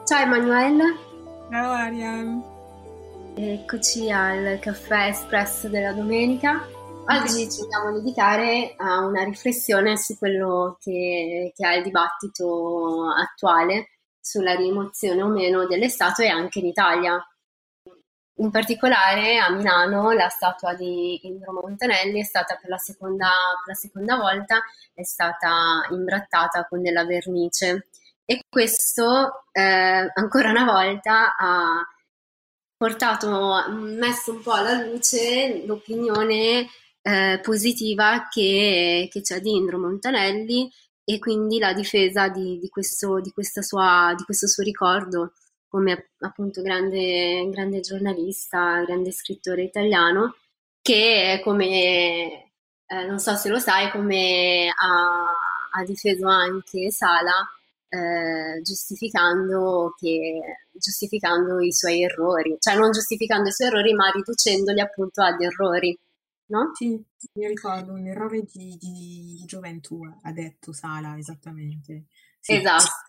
Ciao Emanuele, Ciao Ariam. eccoci al caffè espresso della domenica. Oggi ci vogliamo dedicare a una riflessione su quello che è il dibattito attuale sulla rimozione o meno delle statue anche in Italia. In particolare a Milano la statua di Indro Montanelli è stata per la seconda volta è stata imbrattata con della vernice e questo ancora una volta messo un po' alla luce l'opinione positiva che c'è di Indro Montanelli e quindi la difesa di questo suo ricordo come appunto grande giornalista, grande scrittore italiano, che come non so se lo sai, come ha difeso anche Sala, giustificando i suoi errori, cioè non giustificando i suoi errori, ma riducendoli appunto ad errori, no? Sì, mi ricordo un errore di gioventù, ha detto Sala, esattamente. Sì. Esatto.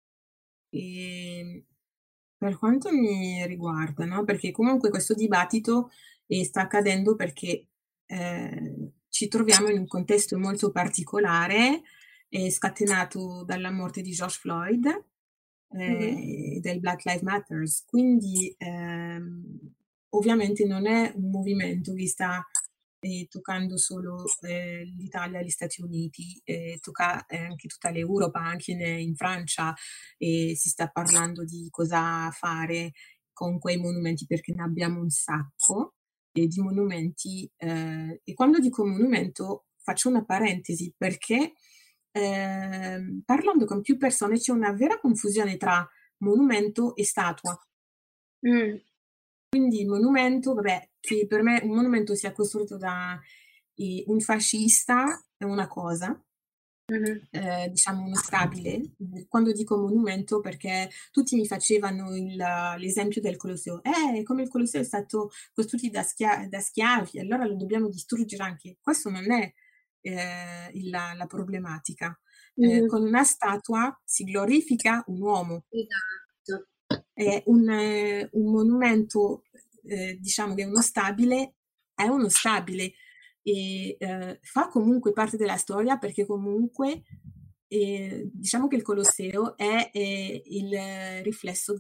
E per quanto mi riguarda, no? Perché comunque questo dibattito sta accadendo perché ci troviamo in un contesto molto particolare, scatenato dalla morte di George Floyd, Mhm. del Black Lives Matter. Quindi ovviamente non è un movimento che sta toccando solo l'Italia e gli Stati Uniti, tocca anche tutta l'Europa, anche in Francia, e si sta parlando di cosa fare con quei monumenti perché ne abbiamo un sacco di monumenti. E quando dico monumento faccio una parentesi perché parlando con più persone c'è una vera confusione tra monumento e statua. Mm. Quindi il monumento, vabbè, che per me un monumento sia costruito da un fascista è una cosa, Mhm. diciamo uno stabile. Quando dico monumento, perché tutti mi facevano l'esempio del Colosseo. Come il Colosseo è stato costruito da schiavi, allora lo dobbiamo distruggere anche. Questo non è la problematica. Mhm. Con una statua si glorifica un uomo. Esatto. È un monumento, diciamo che è uno stabile e fa comunque parte della storia perché comunque diciamo che il Colosseo è il riflesso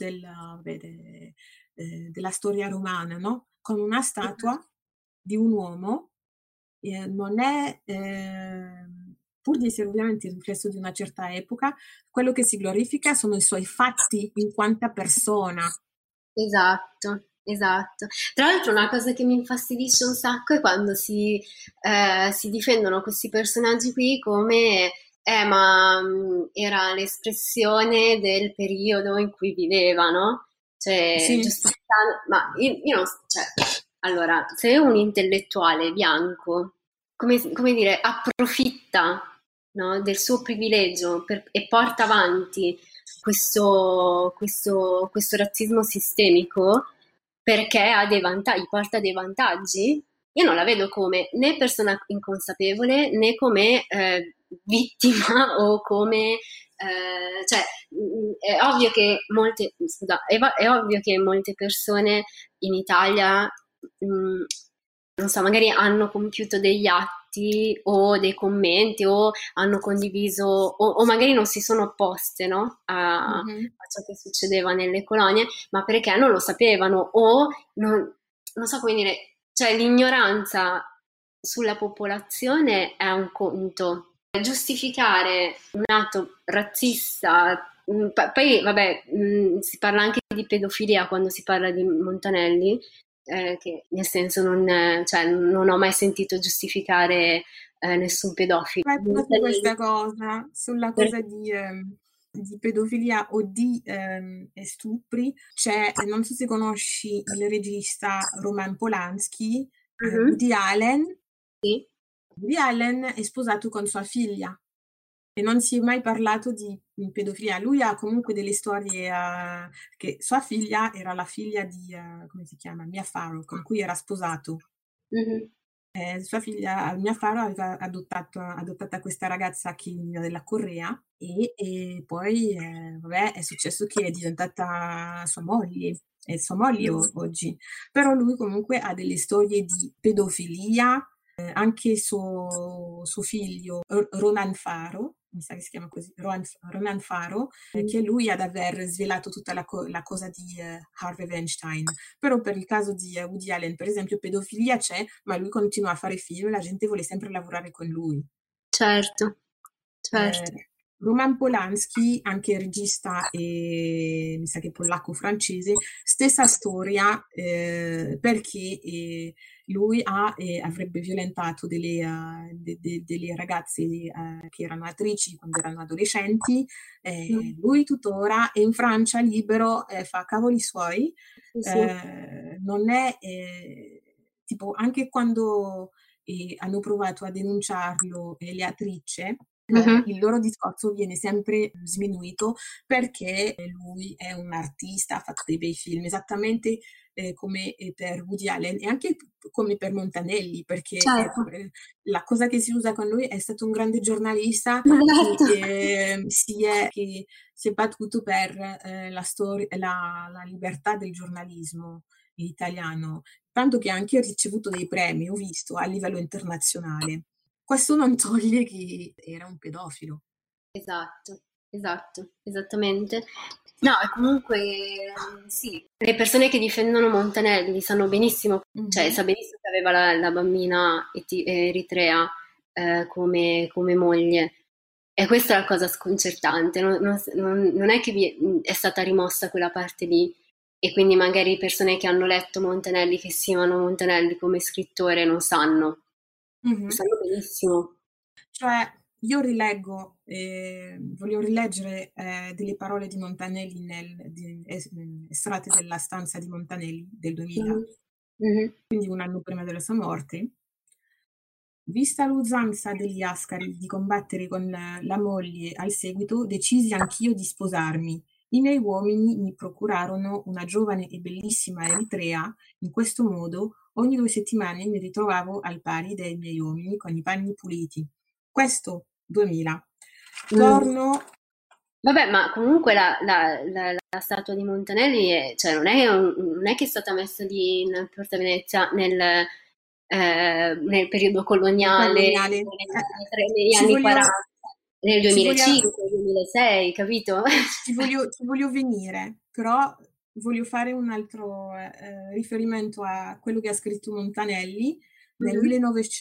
della storia romana, no? Con una statua di un uomo non è, pur di essere ovviamente il riflesso di una certa epoca, quello che si glorifica sono i suoi fatti in quanta persona. Esatto, esatto. Tra l'altro una cosa che mi infastidisce un sacco è quando si difendono questi personaggi qui come era l'espressione del periodo in cui vivevano, cioè Sì, giustificando, ma io non, cioè, allora, se un intellettuale bianco, come dire, approfitta, no, del suo privilegio e porta avanti questo razzismo sistemico perché ha dei vantaggi, porta dei vantaggi. Io non la vedo come né persona inconsapevole né come vittima o come cioè, è ovvio che è ovvio che molte persone in Italia non so, magari hanno compiuto degli atti o dei commenti o hanno condiviso o magari non si sono opposte, no, mhm. a ciò che succedeva nelle colonie, ma perché non lo sapevano o non so come dire, cioè l'ignoranza sulla popolazione è un conto. Giustificare un atto razzista, poi vabbè, si parla anche di pedofilia quando si parla di Montanelli, che nel senso cioè, non ho mai sentito giustificare nessun pedofilo. Proprio questa cosa, sulla cosa Per- di pedofilia o di stupri, c'è, non so se conosci il regista Roman Polanski, Mhm. Woody Allen. Sì. Woody Allen è sposato con sua figlia e non si è mai parlato di pedofilia. Lui ha comunque delle storie che sua figlia era la figlia di, come si chiama, Mia Farrow, con cui era sposato. Mhm. Sua figlia, Mia Farrow, aveva adottata questa ragazza che veniva della Corea e poi vabbè, è successo che è diventata sua moglie, è sua moglie oggi, però lui comunque ha delle storie di pedofilia, anche suo figlio Ronan Faro, mi sa che si chiama così, Ronan Faro, che è lui ad aver svelato tutta la cosa di Harvey Weinstein. Però per il caso di Woody Allen, per esempio, pedofilia c'è, ma lui continua a fare film e la gente vuole sempre lavorare con lui. Certo, certo. Roman Polanski, anche regista e mi sa che polacco-francese, stessa storia perché lui avrebbe violentato delle ragazze che erano attrici quando erano adolescenti. Lui tuttora è in Francia libero, fa cavoli suoi, Sì. non è tipo anche quando hanno provato a denunciarlo le attrici, Mhm. il loro discorso viene sempre sminuito perché lui è un artista, ha fatto dei bei film, esattamente come per Woody Allen e anche come per Montanelli, perché Certo. la cosa che si usa con lui è stato un grande giornalista Esatto. che si è battuto per la libertà del giornalismo italiano, tanto che ha anche ricevuto dei premi, ho visto, a livello internazionale. Questo non toglie che era un pedofilo. Esatto, esatto, esattamente. No, e comunque sì, le persone che difendono Montanelli sanno benissimo, cioè Mhm. sa benissimo che aveva la bambina eritrea come moglie. E questa è la cosa sconcertante, non è che è stata rimossa quella parte lì e quindi magari persone che hanno letto Montanelli, che stimano Montanelli come scrittore, non sanno, lo Mhm. sanno benissimo. Cioè, io rileggo, voglio rileggere delle parole di Montanelli estratte dalla stanza di Montanelli del 2000, Mhm. Mhm. quindi un anno prima della sua morte. Vista l'usanza degli Ascari di combattere con la moglie al seguito, decisi anch'io di sposarmi. I miei uomini mi procurarono una giovane e bellissima Eritrea. In questo modo, ogni 2 settimane mi ritrovavo al pari dei miei uomini con i panni puliti. Questo 2000. Mm. Torno. Vabbè, ma comunque la statua di Montanelli cioè, non è che è stata messa lì in Porta Venezia nel periodo Nel coloniale, coloniale. negli Ci anni voglio, 40, nel ci voglio, 2005, 2006, capito? ci voglio venire, però voglio fare un altro riferimento a quello che ha scritto Montanelli nel Mhm,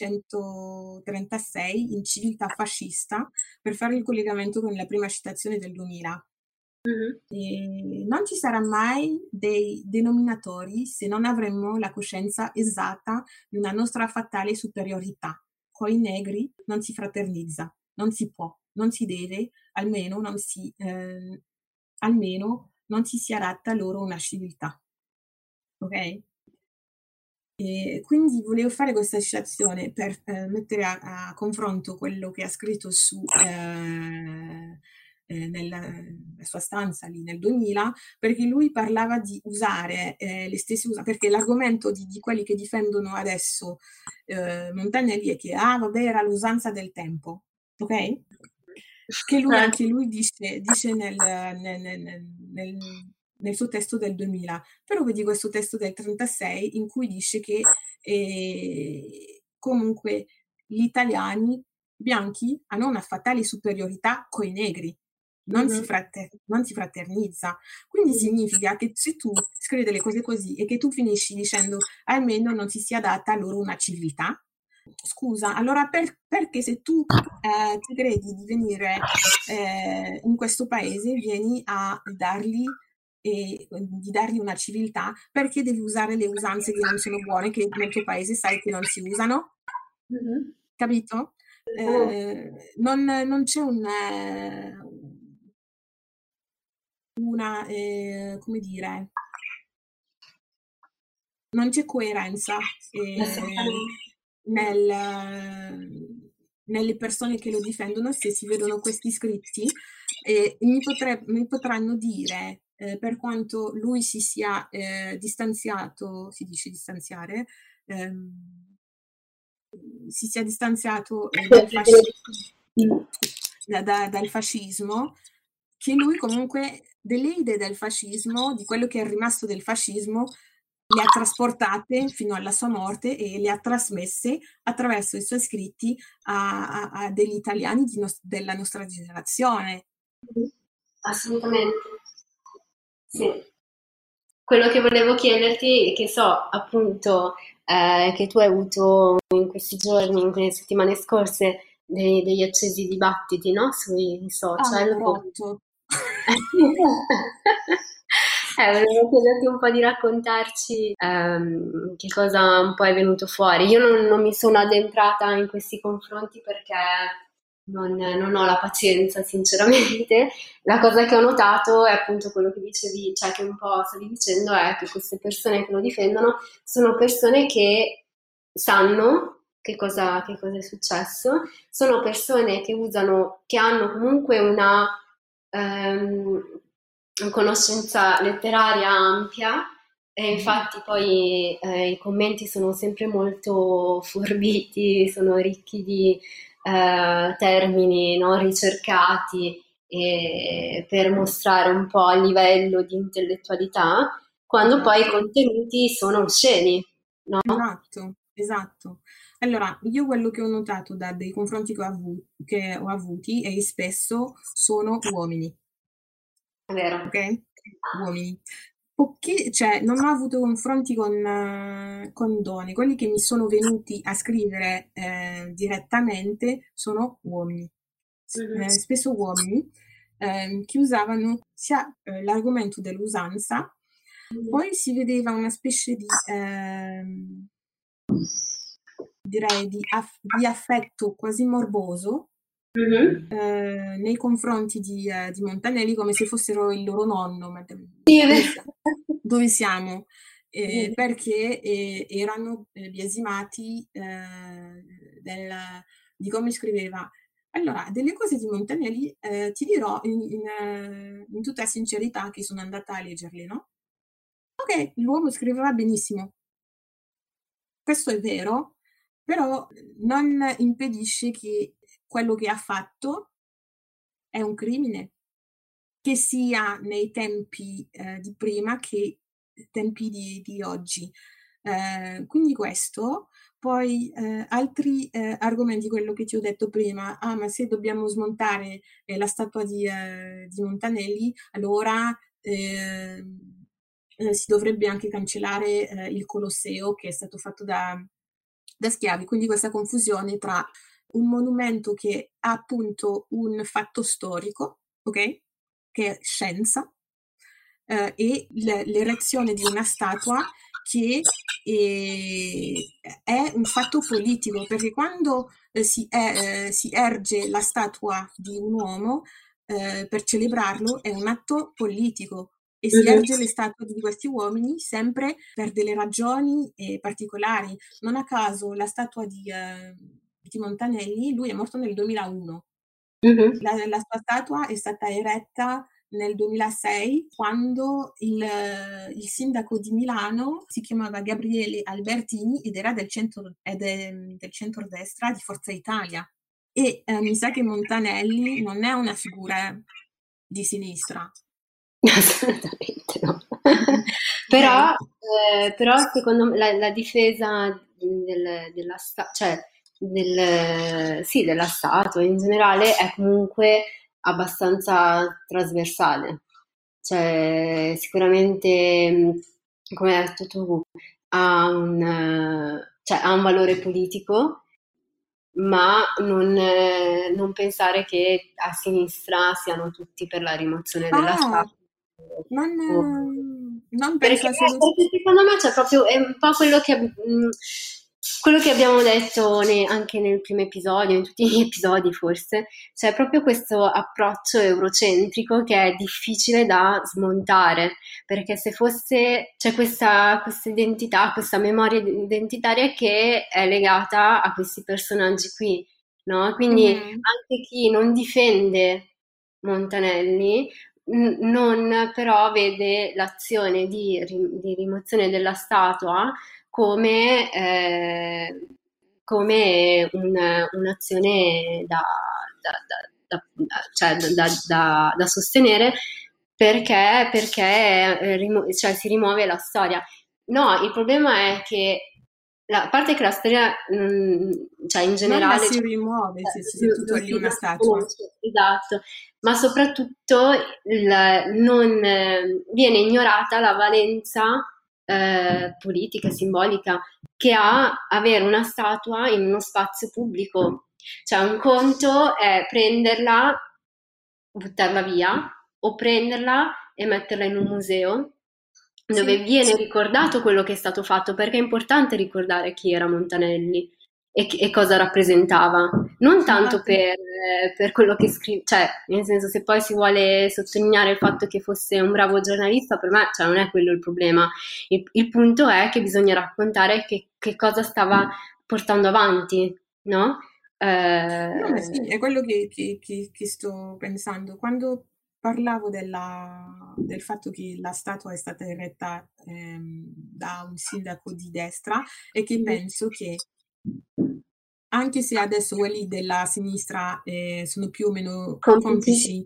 1936 in Civiltà fascista per fare il collegamento con la prima citazione del 2000. mhm, E non ci sarà mai dei denominatori se non avremo la coscienza esatta di una nostra fatale superiorità. Coi negri non si fraternizza, non si può, non si deve, almeno non si adatta loro una civiltà. Ok? E quindi volevo fare questa citazione per mettere a confronto quello che ha scritto nella sua stanza lì nel 2000, perché lui parlava di usare le stesse perché l'argomento di quelli che difendono adesso Montanelli è che vabbè, era l'usanza del tempo, ok? Che lui, anche lui dice nel suo testo del 2000, però vedi questo testo del 36 in cui dice che comunque gli italiani bianchi hanno una fatale superiorità coi negri, mhm, non si fraternizza. Quindi mhm, significa che se tu scrivi delle cose così e che tu finisci dicendo almeno non si sia data loro una civiltà, scusa, allora perché se tu ti credi di venire in questo paese, vieni a di dargli una civiltà, perché devi usare le usanze che non sono buone, che nel tuo paese sai che non si usano, mhm. capito? Non c'è come dire, non c'è coerenza Assolutamente. nelle persone che lo difendono se si vedono questi scritti e mi potranno dire per quanto lui si sia distanziato, si dice distanziare, si sia distanziato dal fascismo. dal fascismo, che lui comunque delle idee del fascismo, di quello che è rimasto del fascismo, le ha trasportate fino alla sua morte e le ha trasmesse attraverso i suoi scritti a degli italiani della nostra generazione. Assolutamente. Sì. Quello che volevo chiederti è che so appunto che tu hai avuto in questi giorni, in queste settimane scorse, degli accesi dibattiti, no? Sui Ah, un social. rotto. Volevo chiederti un po' di raccontarci che cosa un po' è venuto fuori. Io non mi sono addentrata in questi confronti perché non ho la pazienza, sinceramente. La cosa che ho notato è appunto quello che dicevi, cioè che un po' stavi dicendo, è che queste persone che lo difendono sono persone che sanno che cosa è successo, sono persone che usano, che hanno comunque ehm, conoscenza letteraria ampia e infatti poi i commenti sono sempre molto forbiti, sono ricchi di termini no, ricercati per mostrare un po' il livello di intellettualità, quando poi i Esatto. contenuti sono osceni, no? Esatto, esatto. Allora, io quello che ho notato da dei confronti che ho avuti e spesso sono uomini, È vero. ok? Uomini. Cioè, non ho avuto confronti con donne, quelli che mi sono venuti a scrivere direttamente sono uomini. Mhm. Spesso uomini che usavano sia l'argomento dell'usanza, poi si vedeva una specie direi di affetto quasi morboso Mhm. nei confronti di Montanelli, come se fossero il loro nonno. Ma Sì, è dove, vero. sia- dove siamo? Sì, Perché erano biasimati di come scriveva. Allora, delle cose di Montanelli ti dirò in tutta sincerità che sono andata a leggerle, no? Ok, l'uomo scriveva benissimo, questo è vero, però non impedisce che quello che ha fatto è un crimine, che sia nei tempi di prima che nei tempi di oggi. Quindi questo, poi altri argomenti, quello che ti ho detto prima, ma se dobbiamo smontare la statua di Montanelli, allora si dovrebbe anche cancellare il Colosseo che è stato fatto da schiavi. Quindi questa confusione tra un monumento che ha appunto un fatto storico, ok? Che è scienza, e l'erezione di una statua che è un fatto politico, perché quando si erge la statua di un uomo per celebrarlo è un atto politico e si Mhm. erge le statue di questi uomini sempre per delle ragioni particolari. Non a caso la statua di Montanelli, lui è morto nel 2001. Mhm. La sua statua è stata eretta nel 2006 quando il sindaco di Milano si chiamava Gabriele Albertini ed era del centrodestra di Forza Italia. E mi sa che Montanelli non è una figura di sinistra. Assolutamente no. Ok? Però secondo me la difesa cioè sì, della statua in generale è comunque abbastanza trasversale. Cioè, sicuramente, come hai detto tu, cioè, ha un valore politico, ma non pensare che a sinistra siano tutti per la rimozione della Ah, statua. non, o- non penso perché assolutamente. secondo me c'è proprio, è un po' quello che abbiamo detto anche nel primo episodio, in tutti gli episodi forse, c'è proprio questo approccio eurocentrico che è difficile da smontare, perché se fosse, c'è questa identità, questa memoria identitaria che è legata a questi personaggi qui, no? Quindi Mhm. anche chi non difende Montanelli non però vede l'azione di rimozione della statua come, come un'azione cioè, da sostenere perché cioè, si rimuove la storia. No, il problema è che a parte che la storia, cioè in Non la generale, si cioè, rimuove se tu togli una statua. esatto, ma soprattutto non viene ignorata la valenza politica e simbolica che ha avere una statua in uno spazio pubblico. Cioè, un conto è prenderla, buttarla via, o prenderla e metterla in un museo dove Sì. viene ricordato quello che è stato fatto, perché è importante ricordare chi era Montanelli e cosa rappresentava, non tanto Infatti, per quello che scrive, cioè, nel senso, se poi si vuole sottolineare il fatto che fosse un bravo giornalista, per me, cioè, non è quello il problema. Il punto è che bisogna raccontare che cosa stava portando avanti, no? no, ma sì, Eh, è quello che sto pensando. Quando parlavo del fatto che la statua è stata eretta da un sindaco di destra e che penso che anche se adesso quelli della sinistra sono più o meno complici. complici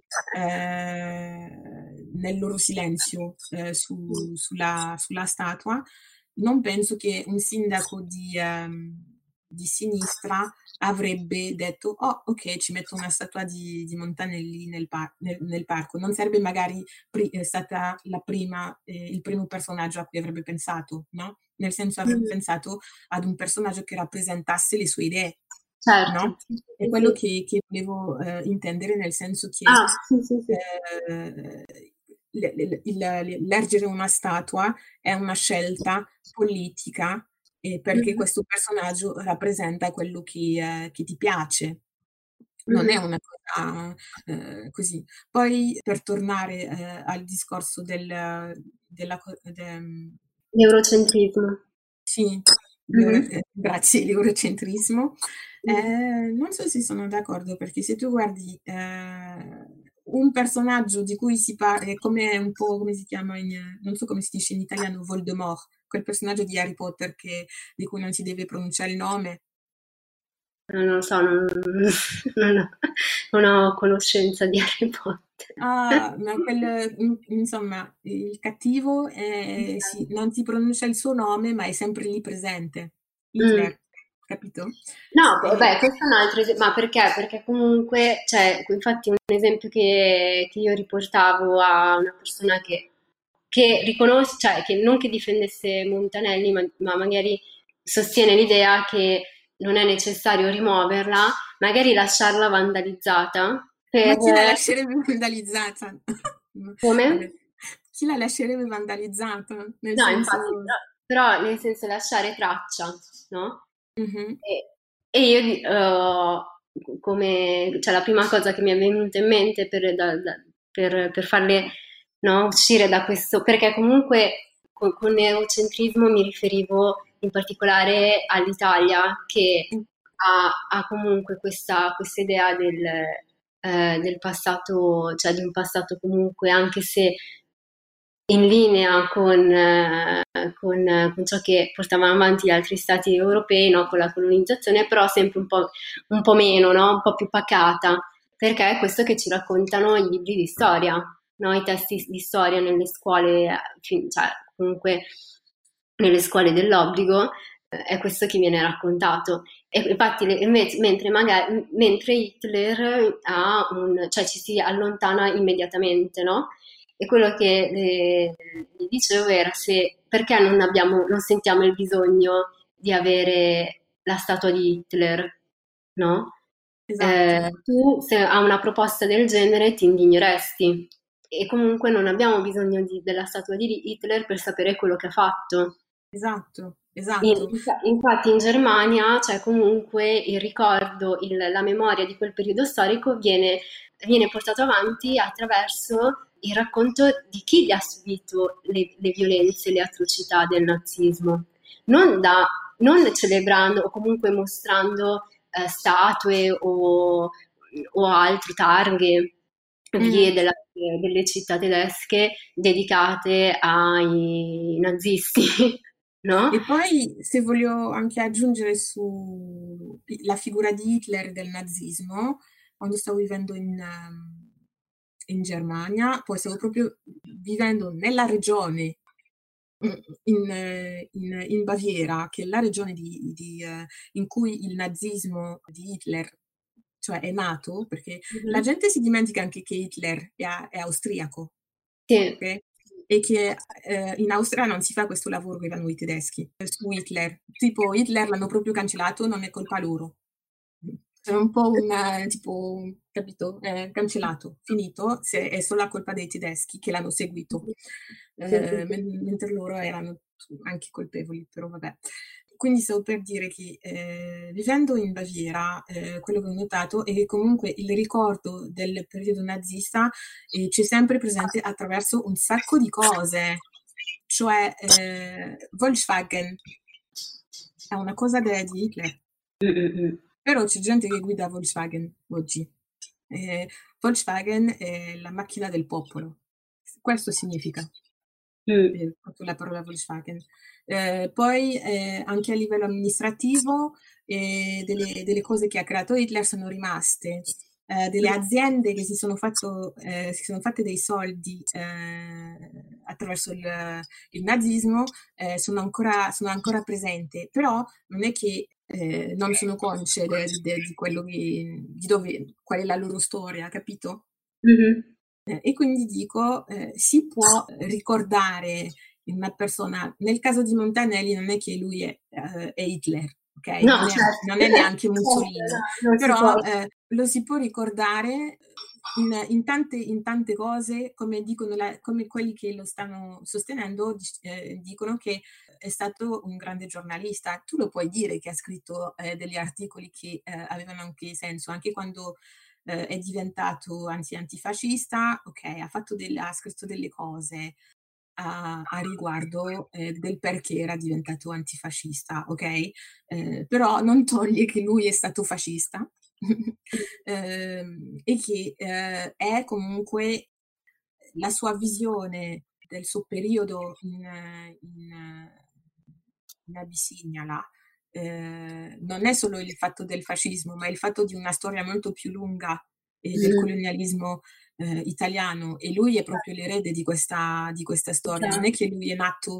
nel loro silenzio sulla statua, non penso che un sindaco di sinistra avrebbe detto: "Oh, ok, ci metto una statua di Montanelli nel parco." Non sarebbe magari stata il primo personaggio a cui avrebbe pensato, no? Nel senso avrebbe Mm, pensato ad un personaggio che rappresentasse le sue idee, certo, no? sì, sì, È sì, quello sì. che volevo intendere, nel senso che Ah, sì, sì, sì. eh, l'ergere una statua è una scelta politica perché Mhm, questo personaggio rappresenta quello che ti piace. Non è mhm. una cosa così. Poi per tornare al discorso della, L'eurocentrismo. sì, Mhm, grazie, l'eurocentrismo. mhm. Non so se sono d'accordo, perché se tu guardi un personaggio di cui si parla, è come un po' come si chiama non so come si dice in italiano, Voldemort, quel personaggio di Harry Potter di cui non si deve pronunciare il nome. Non lo so, non ho, non ho conoscenza di Harry Potter. Ah, ma insomma, il cattivo sì, non si pronuncia il suo nome, ma è sempre lì presente. Mm. Hitler, capito? No, E- beh, questo è un altro esempio, ma perché? Perché comunque, cioè, infatti un esempio che io riportavo a una persona che riconosce, cioè, che non che difendesse Montanelli, ma magari sostiene l'idea che non è necessario rimuoverla, magari lasciarla vandalizzata Ma per... chi la lascerebbe vandalizzata? Vabbè, Come? chi la lascerebbe vandalizzata? Nel No, infatti, senso, però nel senso lasciare traccia, no? mhm, E io, come, cioè la prima cosa che mi è venuta in mente per farle, no, uscire da questo, perché comunque con neocentrismo mi riferivo in particolare all'Italia, che ha comunque questa idea del passato, cioè di un passato comunque, anche se in linea con ciò che portavano avanti gli altri stati europei, no, con la colonizzazione, però sempre un po' meno, no, un po' più pacata, perché è questo che ci raccontano i libri di storia, no, i testi di storia nelle scuole, cioè comunque nelle scuole dell'obbligo, è questo che viene raccontato. E infatti, mentre Hitler cioè ci si allontana immediatamente, no? E quello che le dicevo era perché non sentiamo il bisogno di avere la statua di Hitler, no? esatto, Tu se a una proposta del genere ti indigneresti e comunque non abbiamo bisogno della statua di Hitler per sapere quello che ha fatto. esatto, esatto. Infatti in Germania, cioè comunque il ricordo, la memoria di quel periodo storico viene portato avanti attraverso il racconto di chi ha subito le violenze, le atrocità del nazismo, non celebrando o comunque mostrando statue o altro, targhe, Mm. delle città tedesche dedicate ai nazisti. No? E poi, se voglio anche aggiungere sulla figura di Hitler e del nazismo, quando stavo vivendo in Germania, poi stavo proprio vivendo nella regione in Baviera, che è la regione in cui il nazismo di Hitler, cioè è nato, perché la Mhm. gente si dimentica anche che Hitler è austriaco, Sì, ok? E che in Austria non si fa questo lavoro che fanno i tedeschi su Hitler. Tipo Hitler l'hanno proprio cancellato, non è colpa loro. C'è un po' tipo, capito? Cancellato, finito, è solo la colpa dei tedeschi che l'hanno seguito, sì, sì, sì. mentre loro erano anche colpevoli, però vabbè. Quindi stavo per dire che vivendo in Baviera, quello che ho notato è che comunque il ricordo del periodo nazista c'è sempre presente attraverso un sacco di cose, cioè Volkswagen è una cosa di Hitler. Mm, mm, mm. Però c'è gente che guida Volkswagen oggi. Volkswagen è la macchina del popolo. Questo significa Mm. proprio la parola Volkswagen. Poi anche a livello amministrativo delle cose che ha creato Hitler sono rimaste. Delle aziende che si sono fatte dei soldi attraverso il nazismo sono ancora presenti, però non è che non sono consce di quello qual è la loro storia, capito? Mhm. E quindi dico, si può ricordare in una persona, nel caso di Montanelli non è che lui è Hitler, ok? No, certo, Non è neanche certo, Mussolini, no, non si può. però lo si può ricordare in tante cose, come dicono come quelli che lo stanno sostenendo, dicono che è stato un grande giornalista. Tu lo puoi dire che ha scritto degli articoli che avevano anche senso, anche quando è diventato antifascista, ok, ha scritto delle cose a riguardo del perché era diventato antifascista, ok? Però non toglie che lui è stato fascista e che è comunque la sua visione del suo periodo in Abissinia là, non è solo il fatto del fascismo, ma il fatto di una storia molto più lunga del Mm. colonialismo italiano, e lui è proprio l'erede di questa storia. Non è Esatto. che lui è nato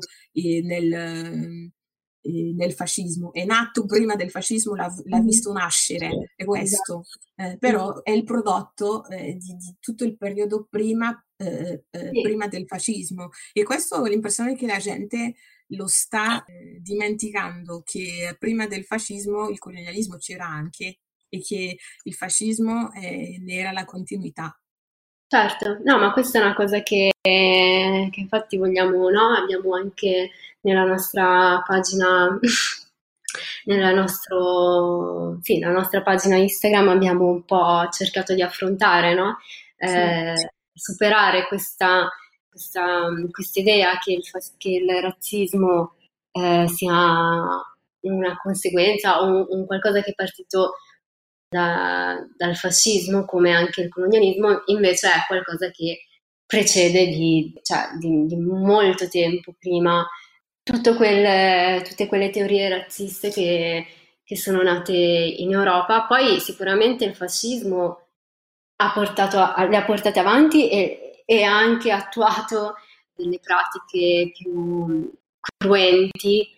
nel fascismo, è nato prima del fascismo, l'ha Mhm. visto nascere, è questo. Esatto. Mhm. Però è il prodotto di tutto il periodo Sì. prima del fascismo, e questo ho l'impressione che la gente lo sta dimenticando, che prima del fascismo il colonialismo c'era anche e che il fascismo ne era la continuità. Certo, no, ma questa è una cosa che infatti vogliamo, no? Abbiamo anche nella nostra pagina, nella nostra pagina Instagram abbiamo un po' cercato di affrontare, no? Sì, Superare questa idea che il razzismo sia una conseguenza o un qualcosa che è partito dal fascismo, come anche il colonialismo, invece è qualcosa che precede cioè, di molto tempo prima tutte quelle teorie razziste che sono nate in Europa. Poi sicuramente il fascismo le ha portate avanti e ha anche attuato delle pratiche più cruenti,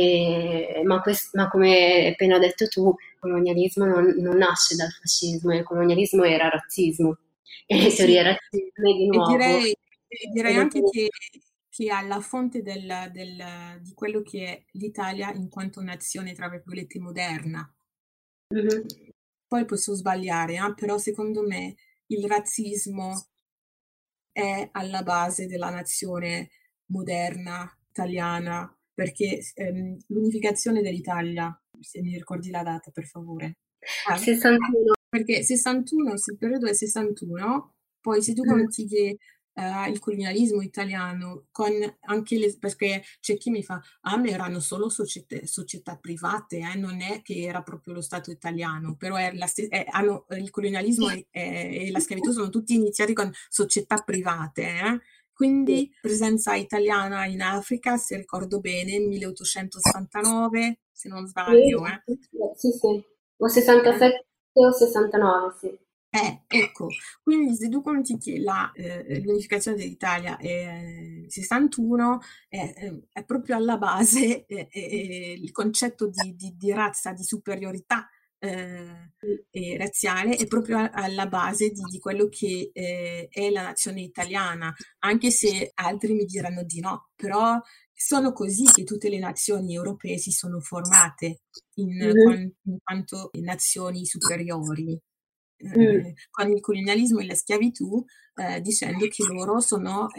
ma come hai appena detto tu, il colonialismo non nasce dal fascismo, il colonialismo era razzismo e le sì, teorie sì. razziste di E nuovo. direi anche che alla fonte di quello che è l'Italia in quanto nazione, tra virgolette, moderna. Mhm. Poi posso sbagliare, però secondo me il razzismo è alla base della nazione moderna italiana, perché l'unificazione dell'Italia, se mi ricordi la data per favore. 61. Perché 61, se il periodo è 61, poi se tu Mhm. conti che il colonialismo italiano, con anche perché c'è chi mi fa, ah, ma erano solo società private, non è che era proprio lo Stato italiano, però il colonialismo e la schiavitù sono tutti iniziati con società private, eh. Sì, Quindi presenza italiana in Africa, se ricordo bene, 1869, se non sì, sbaglio, sì, sì, o eh. 67 o 69, sì. Ecco, quindi se tu conti che l'unificazione dell'Italia è 61, è proprio alla base il concetto di razza, di superiorità razziale, è proprio alla base di quello che è la nazione italiana, anche se altri mi diranno di no, però sono così che tutte le nazioni europee si sono formate Mhm. in quanto nazioni superiori Mm. con il colonialismo e la schiavitù, dicendo che loro sono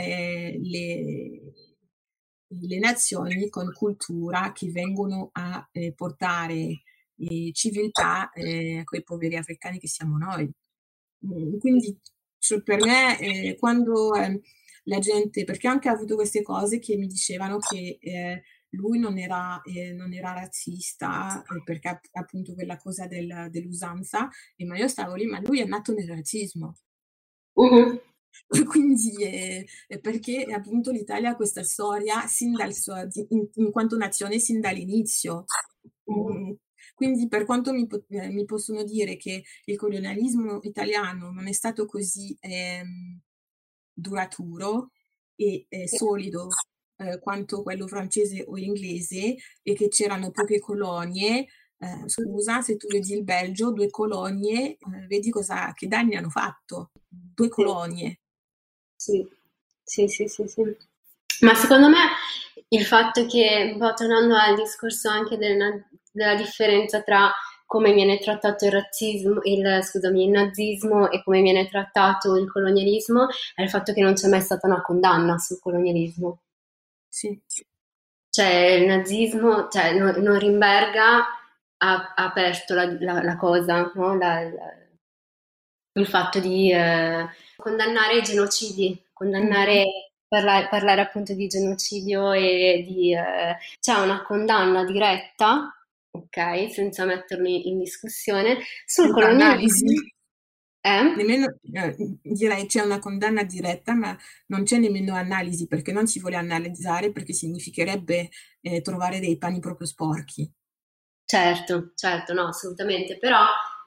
le nazioni con cultura che vengono a portare civiltà a quei poveri africani che siamo noi. Quindi cioè, per me, quando la gente, perché ho anche avuto queste cose che mi dicevano che lui non era razzista, perché appunto quella cosa dell'usanza, ma io stavo lì, ma lui è nato nel razzismo. Mhm. Quindi perché appunto l'Italia ha questa storia sin in quanto nazione sin dall'inizio. Mhm. Mm, Quindi per quanto mi possono dire che il colonialismo italiano non è stato così duraturo e solido quanto quello francese o inglese e che c'erano poche colonie, scusa, se tu vedi il Belgio, due colonie, vedi che danni hanno fatto. Due Sì. colonie. Sì, sì, sì, sì, sì. Ma secondo me il fatto che, un po' tornando al discorso anche della differenza tra come viene trattato il razzismo, scusami, il nazismo e come viene trattato il colonialismo, è il fatto che non c'è mai stata una condanna sul colonialismo. Sì, Cioè, il nazismo, cioè, Norimberga ha aperto la cosa, no? Il fatto di condannare i genocidi, mhm, parlare appunto di genocidio e c'è una condanna diretta, ok, senza metterlo in discussione, sul senza colonialismo. analisi. Eh? Nemmeno, direi c'è una condanna diretta, ma non c'è nemmeno analisi, perché non si vuole analizzare, perché significherebbe trovare dei pani proprio sporchi. Certo, certo, no, assolutamente, però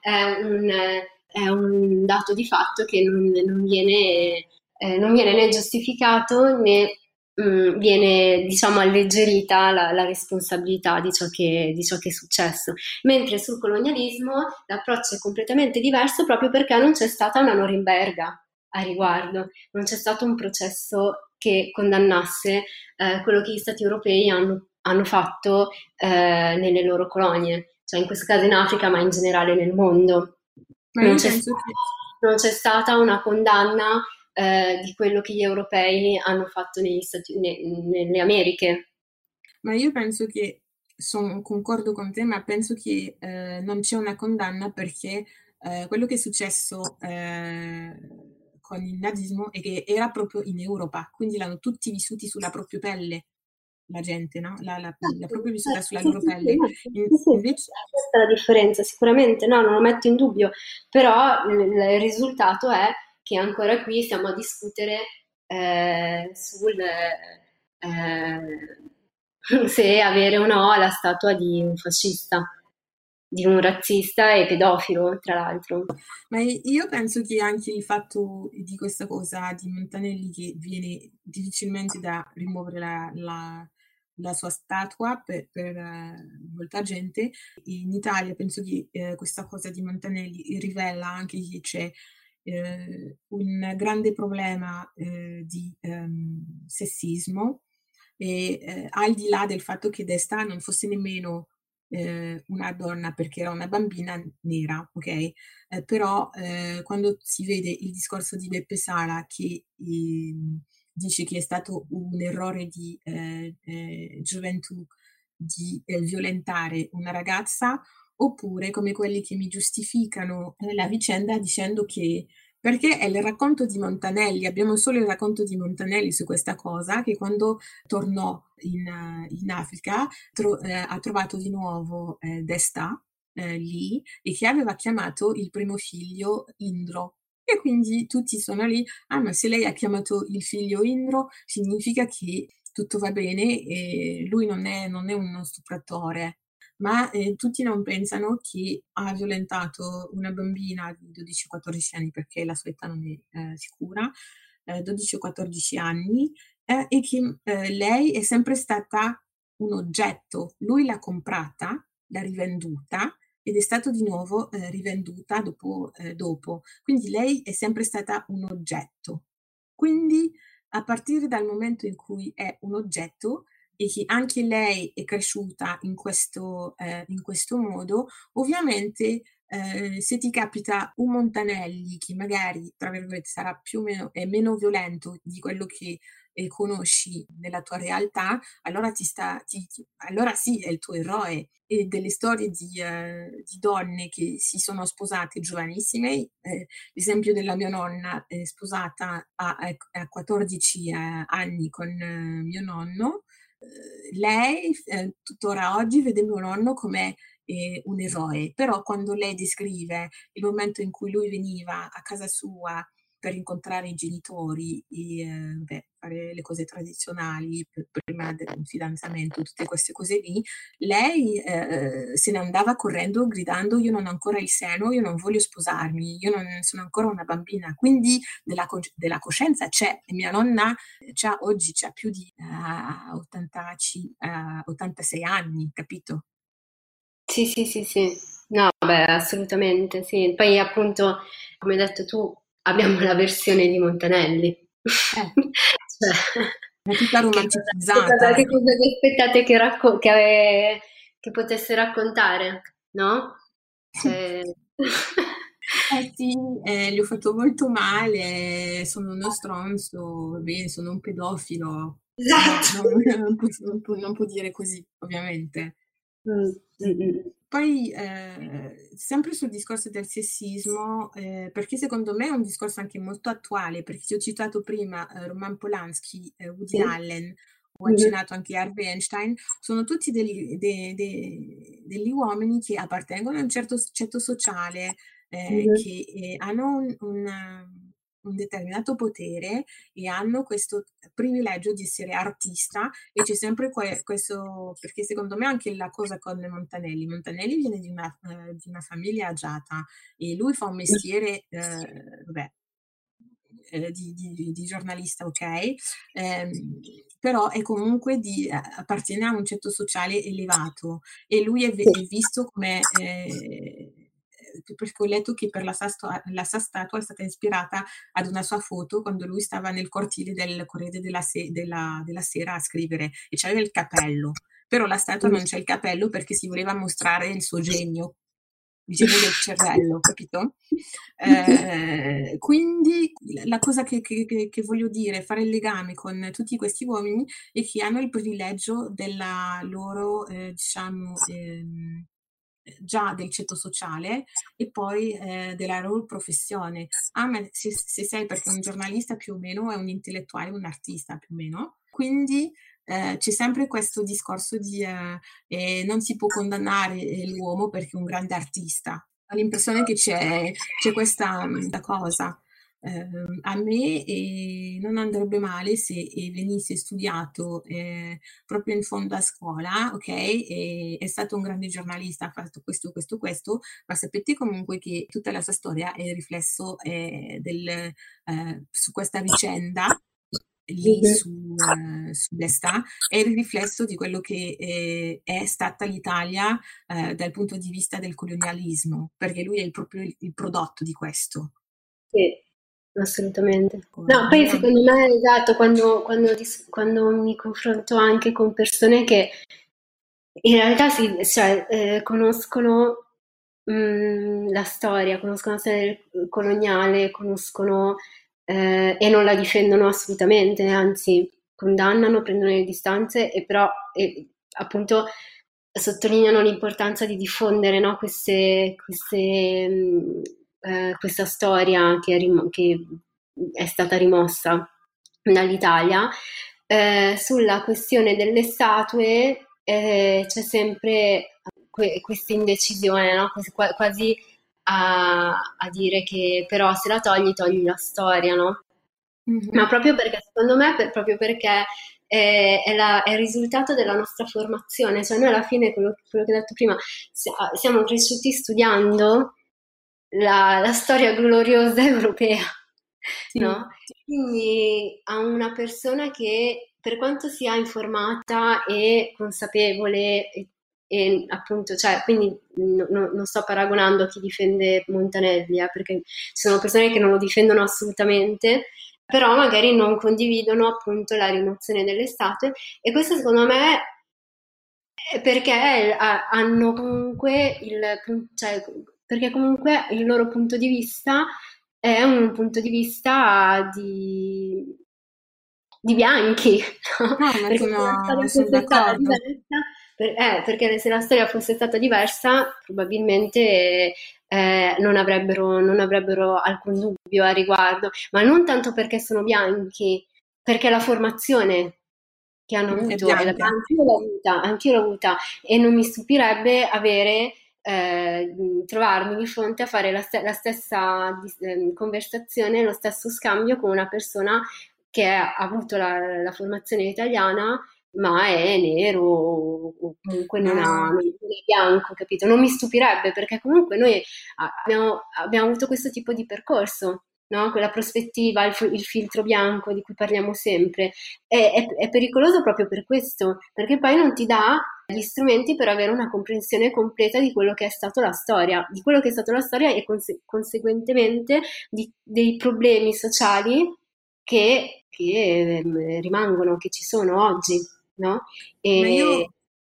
è un dato di fatto che non viene né giustificato né viene, diciamo, alleggerita la responsabilità di ciò che è successo. Mentre sul colonialismo l'approccio è completamente diverso proprio perché non c'è stata una Norimberga a riguardo, non c'è stato un processo che condannasse quello che gli Stati europei hanno fatto nelle loro colonie, cioè in questo caso in Africa, ma in generale nel mondo. Ma Non io c'è, penso che non c'è stata una condanna di quello che gli europei hanno fatto nelle Americhe. Ma io penso che, concordo con te, ma penso che non c'è una condanna perché quello che è successo con il nazismo è che era proprio in Europa, quindi l'hanno tutti vissuti sulla propria pelle, la gente, no? L'ha proprio vissuta sulla Sì, loro sì, sì, pelle. no, sì, sì, Invece, questa è la differenza, sicuramente, no, non lo metto in dubbio, però il risultato è che ancora qui stiamo a discutere se avere o no la statua di un fascista, di un razzista e pedofilo, tra l'altro. ma io penso che anche il fatto di questa cosa di Montanelli che viene difficilmente da rimuovere la sua statua per molta gente, in Italia penso che questa cosa di Montanelli rivela anche che c'è un grande problema di sessismo e al di là del fatto che Desta non fosse nemmeno una donna perché era una bambina nera, ok? Però quando si vede il discorso di Beppe Sala che dice che è stato un errore di gioventù di violentare una ragazza, oppure come quelli che mi giustificano la vicenda dicendo che perché è il racconto di Montanelli, abbiamo solo il racconto di Montanelli su questa cosa, che quando tornò in Africa ha trovato di nuovo Desta lì e che aveva chiamato il primo figlio Indro. E quindi tutti sono lì, ah ma se lei ha chiamato il figlio Indro significa che tutto va bene e lui non è uno stupratore. ma tutti non pensano che ha violentato una bambina di 12-14 anni, perché la sua età non è sicura, 12 o 14 anni, e che lei è sempre stata un oggetto. Lui l'ha comprata, l'ha rivenduta ed è stato di nuovo rivenduta dopo. Quindi lei è sempre stata un oggetto. Quindi a partire dal momento in cui è un oggetto e che anche lei è cresciuta in questo modo, ovviamente se ti capita un Montanelli che magari, tra virgolette, sarà più o meno, è meno violento di quello che conosci nella tua realtà, allora allora sì, è il tuo eroe. E delle storie di donne che si sono sposate giovanissime, l'esempio della mia nonna, sposata a 14 anni con mio nonno, lei tuttora oggi vede mio nonno come un eroe, però quando lei descrive il momento in cui lui veniva a casa sua per incontrare i genitori e fare le cose tradizionali prima del fidanzamento, tutte queste cose lì, lei se ne andava correndo gridando: io non ho ancora il seno, io non voglio sposarmi, io non sono ancora una bambina. Quindi della coscienza c'è, e mia nonna oggi c'ha più di 86 anni, capito? Sì, sì, sì, sì. No, beh, assolutamente, sì. Poi appunto, come hai detto tu, abbiamo la versione di Montanelli. Eh, Cioè, è tutta che romanticizzata. cosa vi aspettate che potesse raccontare, no? Cioè... Eh sì, gli ho fatto molto male, sono uno stronzo, va bene, sono un pedofilo. No, Esatto. no, non può dire così, ovviamente. Mm, mm, mm, Poi, sempre sul discorso del sessismo, perché secondo me è un discorso anche molto attuale, perché ti ho citato prima Roman Polanski, Woody sì. Allen, ho Mhm, accennato anche a Harvey Einstein, sono tutti degli uomini che appartengono a un certo ceto sociale, mhm. che hanno un determinato potere e hanno questo privilegio di essere artista, e c'è sempre questo, perché secondo me anche la cosa con Montanelli viene di una famiglia agiata e lui fa un mestiere, vabbè, di giornalista, ok? Però è comunque appartiene a un ceto sociale elevato e lui è visto come, perché ho letto che per la sua statua è stata ispirata ad una sua foto quando lui stava nel cortile del Corriere della Sera a scrivere e c'aveva il cappello, però la statua non c'è il cappello perché si voleva mostrare il genio del cervello, capito? Quindi la cosa che voglio dire, fare il legame con tutti questi uomini è che hanno il privilegio della loro, diciamo, già del ceto sociale e poi della loro professione. Se sei, perché un giornalista più o meno è un intellettuale, un artista più o meno, quindi c'è sempre questo discorso di non si può condannare l'uomo perché è un grande artista. Ho l'impressione che c'è questa cosa. A me non andrebbe male se venisse studiato proprio in fondo a scuola, ok? È stato un grande giornalista, ha fatto questo, ma sapete comunque che tutta la sua storia è il riflesso su questa vicenda lì mhm. sull'Està, è il riflesso di quello che è stata l'Italia dal punto di vista del colonialismo, perché lui è proprio il prodotto di questo. Sì, assolutamente. No, poi Allora, secondo me, esatto, quando mi confronto anche con persone che in realtà cioè, conoscono la storia, conoscono la storia coloniale, conoscono e non la difendono assolutamente, anzi condannano, prendono le distanze e però appunto sottolineano l'importanza di diffondere, no, questa storia che è stata rimossa dall'Italia. Sulla questione delle statue c'è sempre questa indecisione, no? Quasi a dire che però se la togli, togli la storia, no? Ma mhm, proprio perché, secondo me, proprio perché è il risultato della nostra formazione, cioè noi alla fine, quello che ho detto prima, siamo cresciuti studiando la storia gloriosa europea, Sì, no? Quindi a una persona che, per quanto sia informata e consapevole, e appunto, cioè, quindi non sto paragonando a chi difende Montanelli, perché ci sono persone che non lo difendono assolutamente, però magari non condividono appunto la rimozione delle statue, e questo secondo me è perché hanno comunque cioè, perché comunque il loro punto di vista è un punto di vista di bianchi, no? no, ma Perché se la storia sono fosse stata d'accordo. diversa, perché se la storia fosse stata diversa, probabilmente non avrebbero alcun dubbio a riguardo, ma non tanto perché sono bianchi, perché la formazione che hanno È avuto, bianca. anch'io l'ho avuta, e non mi stupirebbe trovarmi di fronte a fare la stessa conversazione, lo stesso scambio con una persona che ha avuto la formazione italiana, ma è nero o comunque non No, è bianco, capito? Non mi stupirebbe, perché comunque noi abbiamo avuto questo tipo di percorso, no? Quella prospettiva, il filtro bianco di cui parliamo sempre. È pericoloso proprio per questo, perché poi non ti dà gli strumenti per avere una comprensione completa di quello che è stata la storia, di quello che è stata la storia, e conseguentemente dei problemi sociali che rimangono, che ci sono oggi, no? ma E,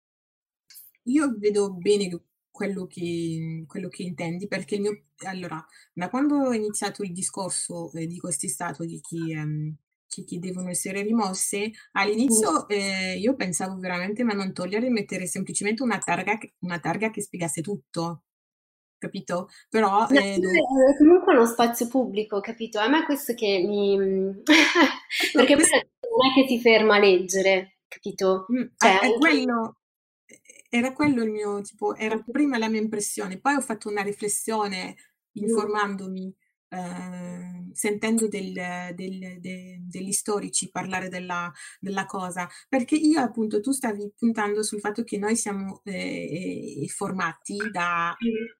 io vedo bene quello che intendi, perché allora, da quando è iniziato il discorso di queste statue che devono essere rimosse, all'inizio io pensavo veramente, ma non togliere e mettere semplicemente una targa che spiegasse tutto, capito? Però no, è comunque uno spazio pubblico, capito? A me è questo che mi... perché poi non è che si ferma a leggere, capito? Cioè, È anche... quello, era quello il mio, tipo, era prima la mia impressione, poi ho fatto una riflessione informandomi, sentendo degli storici parlare della cosa, perché io appunto, tu stavi puntando sul fatto che noi siamo formati da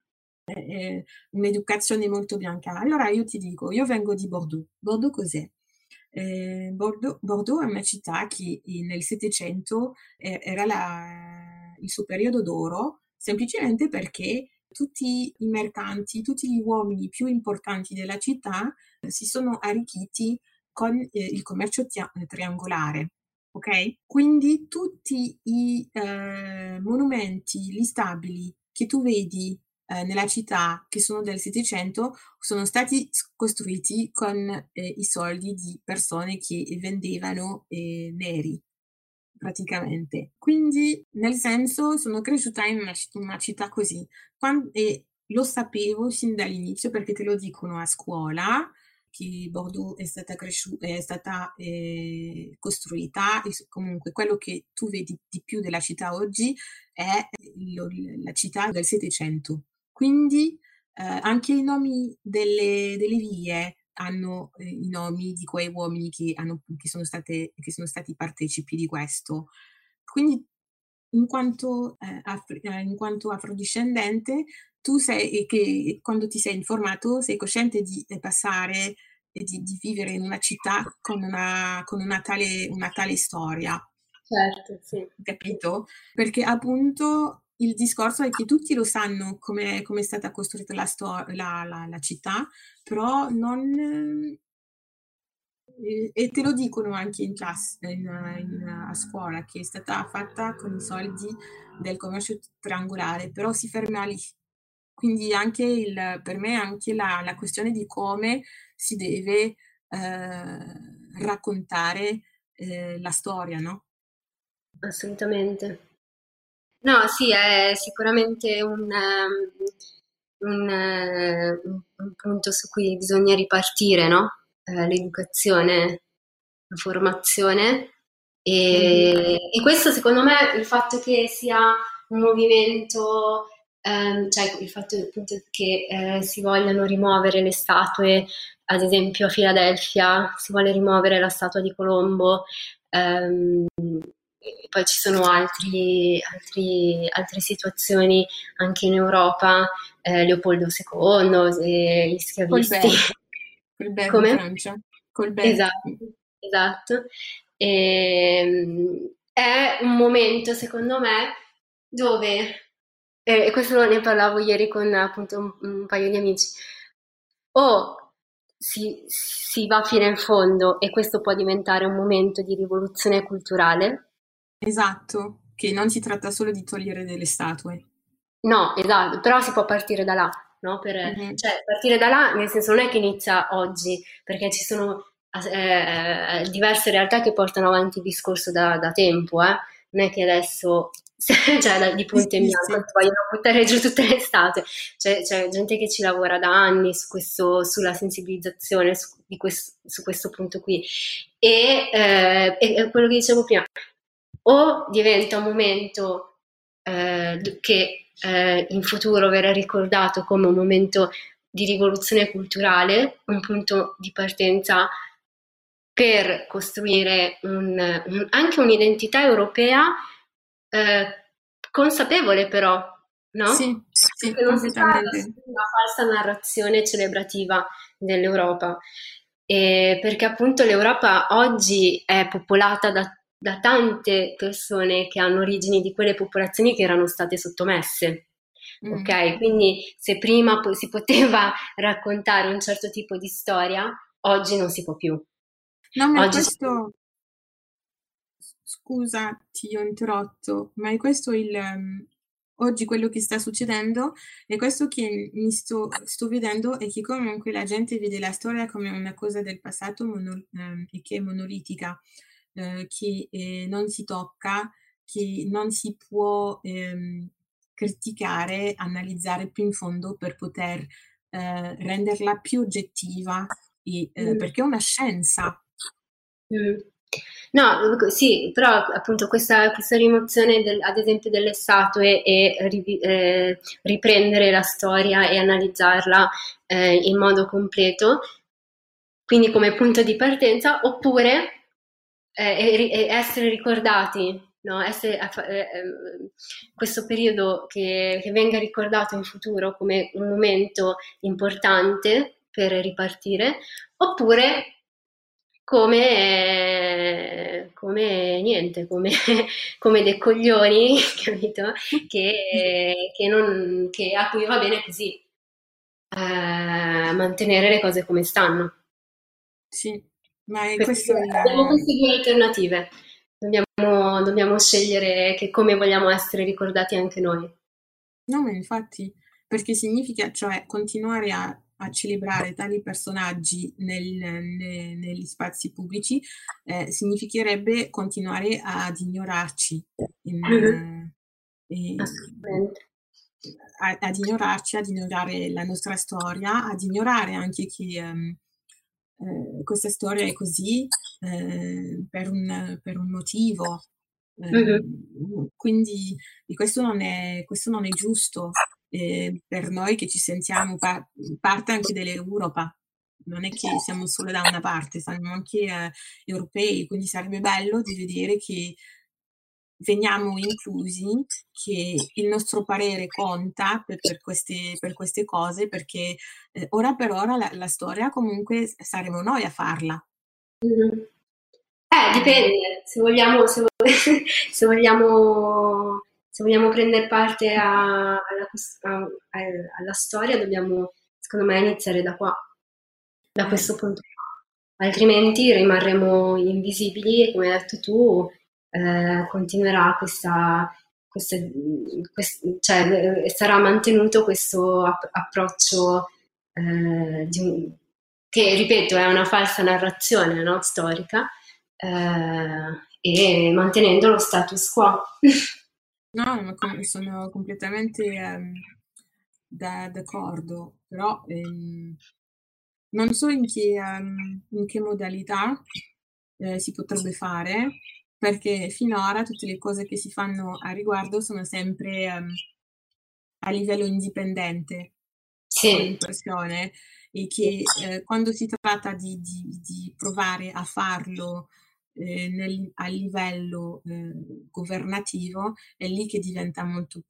un'educazione molto bianca. Allora io ti dico, io vengo di Bordeaux. Bordeaux cos'è? Bordeaux è una città che nel Settecento era il suo periodo d'oro, semplicemente perché tutti i mercanti, tutti gli uomini più importanti della città si sono arricchiti con il commercio triangolare. Ok? Quindi tutti i monumenti, gli stabili che tu vedi nella città, che sono del Settecento, sono stati costruiti con i soldi di persone che vendevano neri, praticamente. Quindi, nel senso, sono cresciuta in una città così. E lo sapevo sin dall'inizio perché te lo dicono a scuola che Bordeaux è stata costruita, e comunque quello che tu vedi di più della città oggi è la città del Settecento. Quindi anche i nomi delle vie hanno i nomi di quei uomini che sono stati partecipi di questo. Quindi, in quanto afrodiscendente, tu sei, che quando ti sei informato, sei cosciente di passare e di vivere in una città con una tale storia. Certo, sì. Sì. Capito? Perché appunto il discorso è che tutti lo sanno come è stata costruita la città, però non... e te lo dicono anche in classe, a scuola, che è stata fatta con i soldi del commercio triangolare, però si ferma lì. Quindi anche per me anche la questione di come si deve raccontare la storia, no? Assolutamente. No, sì, è sicuramente un punto su cui bisogna ripartire, no? L'educazione, la formazione. Mhm. E questo secondo me, il fatto che sia un movimento, cioè il fatto appunto che si vogliano rimuovere le statue, ad esempio a Filadelfia si vuole rimuovere la statua di Colombo, E poi ci sono altre situazioni anche in Europa, Leopoldo II, gli schiavisti. Colbert, Colbert in Come? Francia, Colbert. Esatto, esatto. È un momento, secondo me, dove, e questo ne parlavo ieri con appunto un paio di amici, o si va fino in fondo e questo può diventare un momento di rivoluzione culturale. Esatto, che non si tratta solo di togliere delle statue. No, esatto, però si può partire da là, no? Mhm. Cioè, partire da là, nel senso non è che inizia oggi, perché ci sono diverse realtà che portano avanti il discorso da tempo, eh. Non è che adesso, cioè, di Sì, punto in sì, bianco, sì. si vogliono buttare giù tutte le statue. C'è gente che ci lavora da anni su sulla sensibilizzazione su questo punto qui. E quello che dicevo prima, o diventa un momento che in futuro verrà ricordato come un momento di rivoluzione culturale, un punto di partenza per costruire anche un'identità europea eh, consapevole però, no? Sì, sì, Che non si basa su completamente. una falsa narrazione celebrativa dell'Europa. Perché appunto l'Europa oggi è popolata da tante persone che hanno origini di quelle popolazioni che erano state sottomesse. Mm. Ok, quindi se prima si poteva raccontare un certo tipo di storia, oggi non si può più. No, ma è Oggi questo, scusa, ti ho interrotto, ma è questo oggi quello che sta succedendo e questo che sto vedendo è che comunque la gente vede la storia come una cosa del passato e che è monolitica, che non si tocca, che non si può criticare, analizzare più in fondo per poter renderla più oggettiva, Mm, perché è una scienza. mm. No, sì, però appunto questa rimozione ad esempio delle statue e riprendere la storia e analizzarla in modo completo, quindi come punto di partenza, oppure e essere ricordati, no? Questo periodo che venga ricordato in futuro come un momento importante per ripartire, oppure come niente, come dei coglioni, capito? A cui va bene così, mantenere le cose come stanno. Sì, ma è Queste questo abbiamo queste due alternative. Dobbiamo scegliere come vogliamo essere ricordati anche noi. no, ma infatti, perché significa, cioè, continuare a celebrare tali personaggi negli spazi pubblici, significherebbe continuare ad ignorarci, Mhm. e- Assolutamente. ad ignorarci, ad ignorare la nostra storia, ad ignorare anche che questa storia è così per un motivo. Mhm. Quindi questo non è giusto per noi che ci sentiamo parte anche dell'Europa. Non è che siamo solo da una parte, siamo anche europei, quindi sarebbe bello di vedere che veniamo inclusi, che il nostro parere conta per queste cose, perché ora per ora la storia comunque saremo noi a farla. Mhm. Eh, Dipende, se vogliamo prendere parte alla storia, dobbiamo, secondo me, iniziare da qua, da eh, questo punto qua. Altrimenti rimarremo invisibili e, come hai detto tu, continuerà cioè, sarà mantenuto questo approccio che, ripeto, è una falsa narrazione, no, storica, e mantenendo lo status quo. no, ma sono completamente d'accordo, però non so in che modalità si potrebbe fare, perché finora tutte le cose che si fanno a riguardo sono sempre a livello indipendente, ho Sì. l'impressione, e Sì. che quando si tratta di provare a farlo a livello governativo, è lì che diventa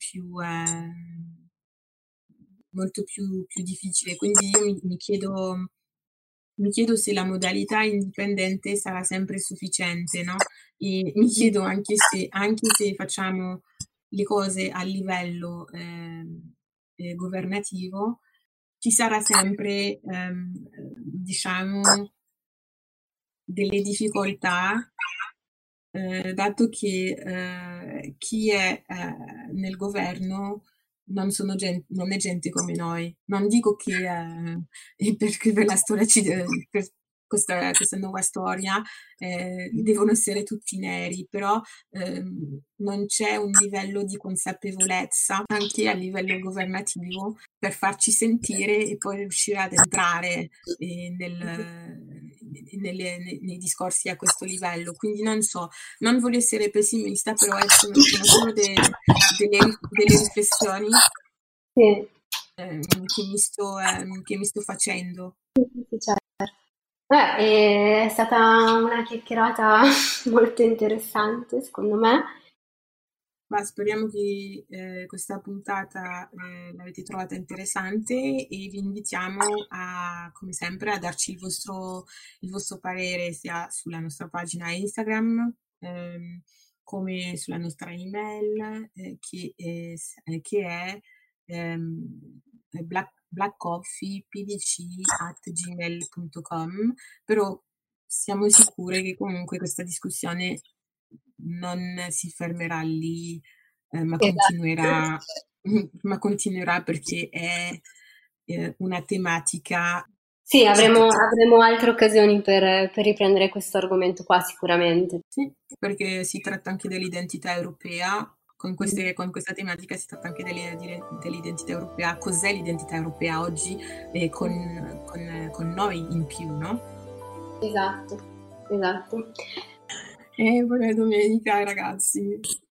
molto più difficile. Quindi io mi chiedo se la modalità indipendente sarà sempre sufficiente, no, e mi chiedo anche se facciamo le cose a livello, governativo, ci sarà sempre, diciamo, delle difficoltà, dato che, chi è, nel governo non è gente come noi. Non dico che, per la storia per questa nuova storia, devono essere tutti neri, però, non c'è un livello di consapevolezza, anche a livello governativo, per farci sentire e poi riuscire ad entrare, nei discorsi a questo livello. Quindi non so, non voglio essere pessimista, però sono solo delle riflessioni, Sì, che mi sto facendo. sì, sì, sì, certo. È stata una chiacchierata molto interessante, secondo me. Ma speriamo che questa puntata l'avete trovata interessante, e vi invitiamo come sempre, a darci il vostro parere sia sulla nostra pagina Instagram, come sulla nostra email, che è blackcoffeepdc@gmail.com. Però siamo sicure che comunque questa discussione non si fermerà lì, ma Esatto. continuerà, ma continuerà, perché è una tematica Sì, su avremo, tutti. avremo altre occasioni per riprendere questo argomento qua sicuramente. Sì, perché si tratta anche dell'identità europea. Con Mm. questa tematica si tratta anche dell'identità europea. Cos'è l'identità europea oggi, con noi in più, no? Esatto, esatto. Buona domenica, ragazzi.